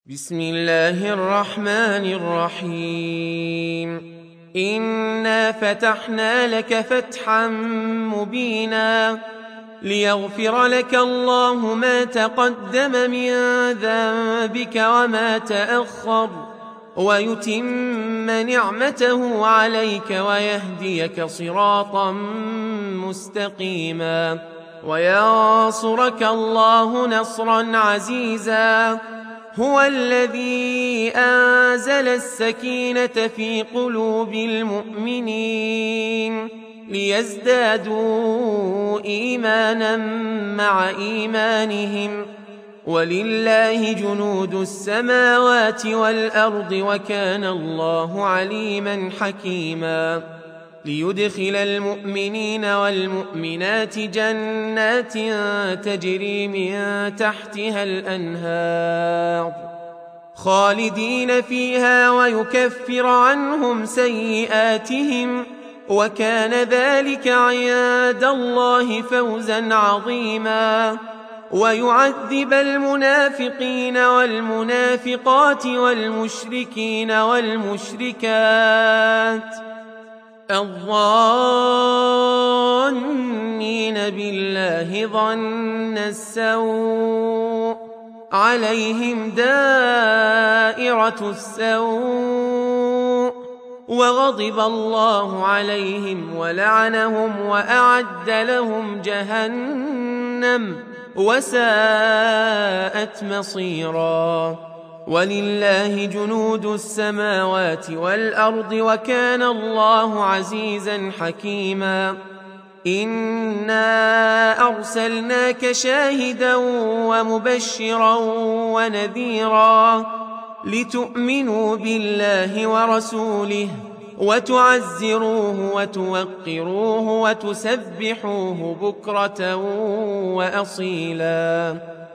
بسم الله الرحمن الرحيم. إنا فتحنا لك فتحا مبينا ليغفر لك الله ما تقدم من ذنبك وما تأخر ويتم نعمته عليك ويهديك صراطا مستقيما وينصرك الله نصرا عزيزا. هو الذي أنزل السكينة في قلوب المؤمنين ليزدادوا إيمانا مع إيمانهم ولله جنود السماوات والأرض وكان الله عليما حكيما. ليدخل المؤمنين والمؤمنات جنات تجري من تحتها الأنهار خالدين فيها ويكفر عنهم سيئاتهم وكان ذلك عند الله فوزا عظيما. ويعذب المنافقين والمنافقات والمشركين والمشركات الظانين بالله ظن السوء عليهم دائرة السوء وغضب الله عليهم ولعنهم وأعد لهم جهنم وساءت مصيرا. ولله جنود السماوات والأرض وكان الله عزيزا حكيما. إنا أرسلناك شاهدا ومبشرا ونذيرا لتؤمنوا بالله ورسوله وتعزروه وتوقروه وتسبحوه بكرة وأصيلا.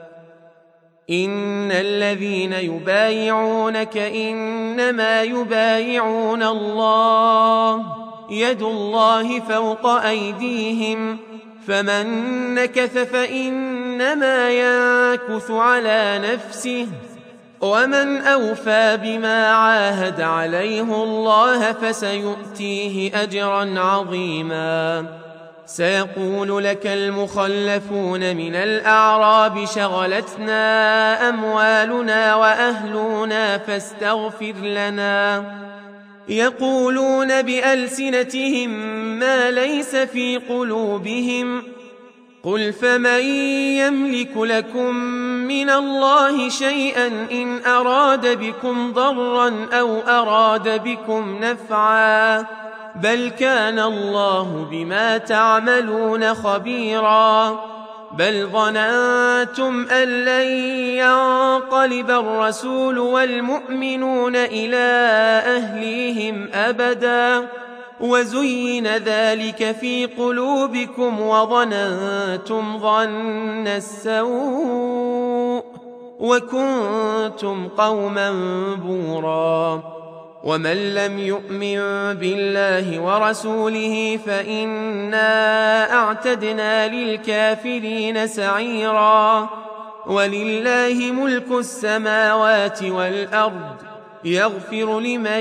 إن الذين يبايعونك إنما يبايعون الله يد الله فوق أيديهم فمن نكث فإنما ينكث على نفسه ومن أوفى بما عاهد عليه الله فسيؤتيه أجرا عظيما. سيقول لك المخلفون من الأعراب شغلتنا أموالنا وأهلنا فاستغفر لنا يقولون بألسنتهم ما ليس في قلوبهم قل فمن يملك لكم من الله شيئا إن أراد بكم ضرا أو أراد بكم نفعا بل كان الله بما تعملون خبيرا. بل ظننتم أن لن ينقلب الرسول والمؤمنون إلى أهليهم أبدا وزين ذلك في قلوبكم وظننتم ظن السوء وكنتم قوما بورا. ومن لم يؤمن بالله ورسوله فإنا أعتدنا للكافرين سعيرا. ولله ملك السماوات والأرض يغفر لمن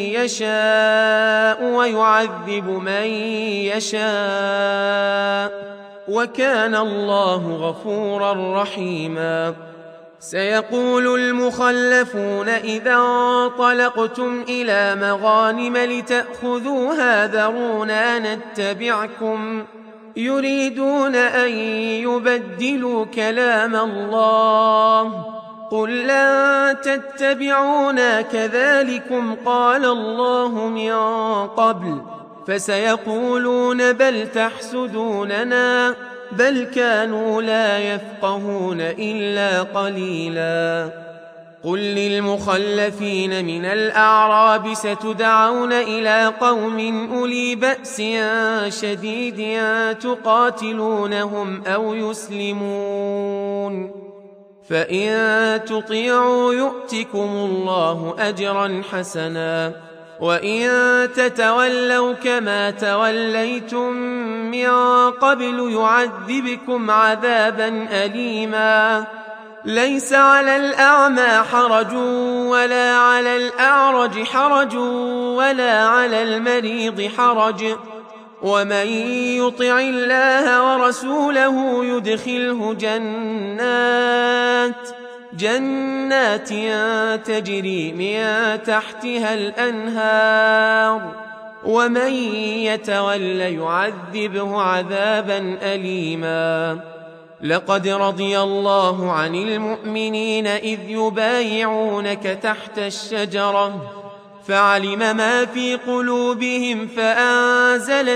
يشاء ويعذب من يشاء وكان الله غفورا رحيما. سيقول المخلفون إذا انطلقتم إلى مغانم لتأخذوها ذرونا نتبعكم يريدون أن يبدلوا كلام الله قل لن تتبعونا كذلكم قال الله من قبل فسيقولون بل تحسدوننا بل كانوا لا يفقهون إلا قليلا. قل للمخلفين من الأعراب ستدعون إلى قوم أولي بأس شديد تقاتلونهم أو يسلمون فإن تطيعوا يؤتكم الله أجرا حسنا وإن تتولوا كما توليتم من قبل يعذبكم عذابا أليما ليس على الأعمى حرج ولا على الأعرج حرج ولا على المريض حرج ومن يطع الله ورسوله يدخله جنات تجري من تحتها الأنهار ومن يتول يعذبه عذابا أليما. لقد رضي الله عن المؤمنين إذ يبايعونك تحت الشجرة فعلم ما في قلوبهم فأنزل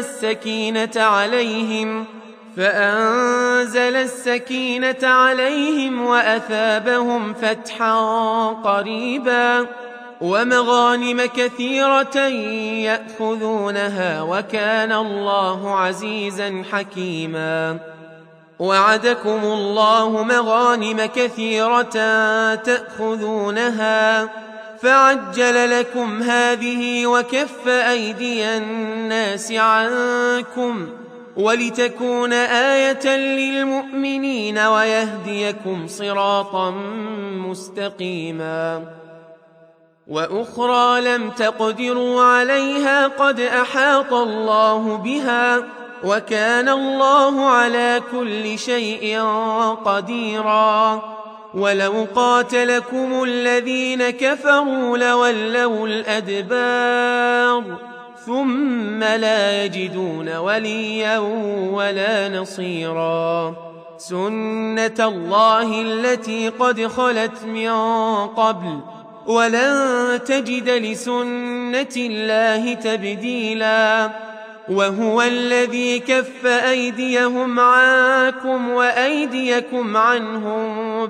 السكينة عليهم وأثابهم فتحا قريبا ومغانم كثيرة يأخذونها وكان الله عزيزا حكيما. وعدكم الله مغانم كثيرة تأخذونها فعجل لكم هذه وكف أيدي الناس عنكم ولتكون آية للمؤمنين ويهديكم صراطا مستقيما. وأخرى لم تقدروا عليها قد أحاط الله بها وكان الله على كل شيء قديرا. ولو قاتلكم الذين كفروا لولوا الأدبار ثم لا يجدون وليا ولا نصيرا. سنة الله التي قد خلت من قبل ولن تجد لسنة الله تبديلا. وهو الذي كف أيديهم عنكم وأيديكم عنهم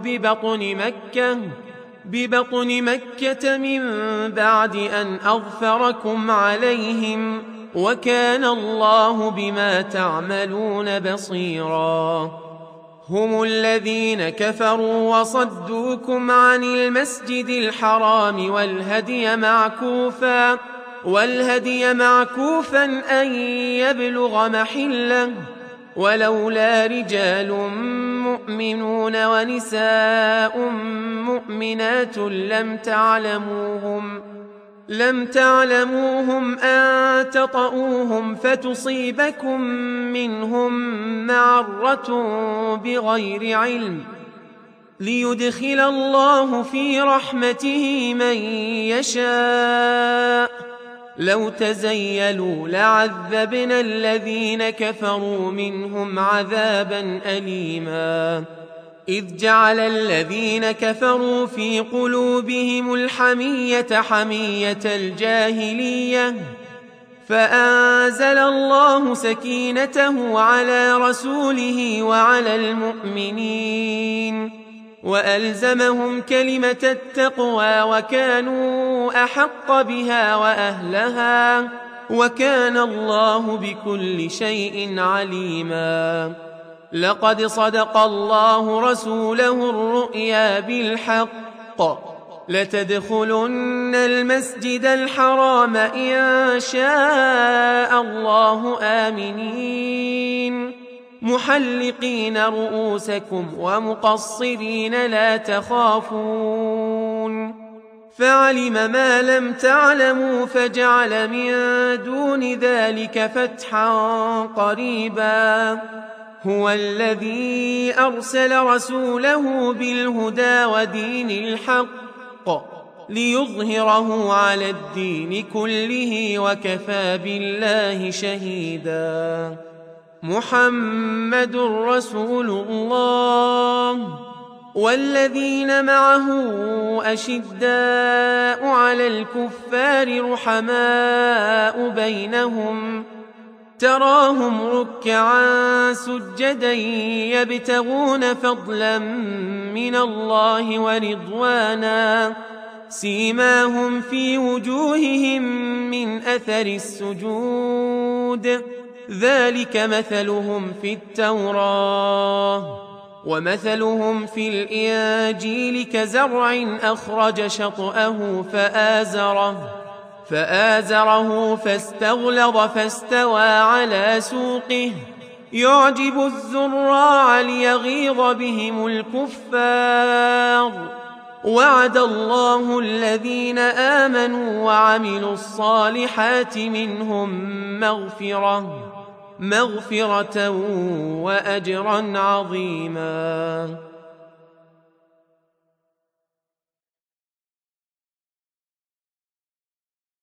ببطن مكة من بعد أن أظفركم عليهم وكان الله بما تعملون بصيرا. هم الذين كفروا وصدوكم عن المسجد الحرام والهدي معكوفا أن يبلغ محله ولولا رجال مؤمنون ونساء مؤمنات لم تعلموهم أن تطؤوهم فتصيبكم منهم معرة بغير علم ليدخل الله في رحمته من يشاء. لو تزيلوا لعذبنا الذين كفروا منهم عذابا أليما. إذ جعل الذين كفروا في قلوبهم الحمية حمية الجاهلية فأنزل الله سكينته على رسوله وعلى المؤمنين وألزمهم كلمة التقوى وكانوا أحق بها وأهلها وكان الله بكل شيء عليما. لقد صدق الله رسوله الرؤيا بالحق لتدخلن المسجد الحرام إن شاء الله آمنين محلقين رؤوسكم ومقصرين لا تخافون فعلم ما لم تعلموا فجعل من دون ذلك فتحا قريبا. هو الذي أرسل رسوله بالهدى ودين الحق ليظهره على الدين كله وكفى بالله شهيدا. محمد رسول الله والذين معه أشداء على الكفار رحماء بينهم تراهم ركعا سجدا يبتغون فضلا من الله ورضوانا سيماهم في وجوههم من أثر السجود ذلك مثلهم في التوراة ومثلهم في الإنجيل كزرع أخرج شطأه فآزره فاستغلظ فاستوى على سوقه يعجب الزراع ليغيظ بهم الكفار. وعد الله الذين آمنوا وعملوا الصالحات منهم مغفرة وأجرا عظيما.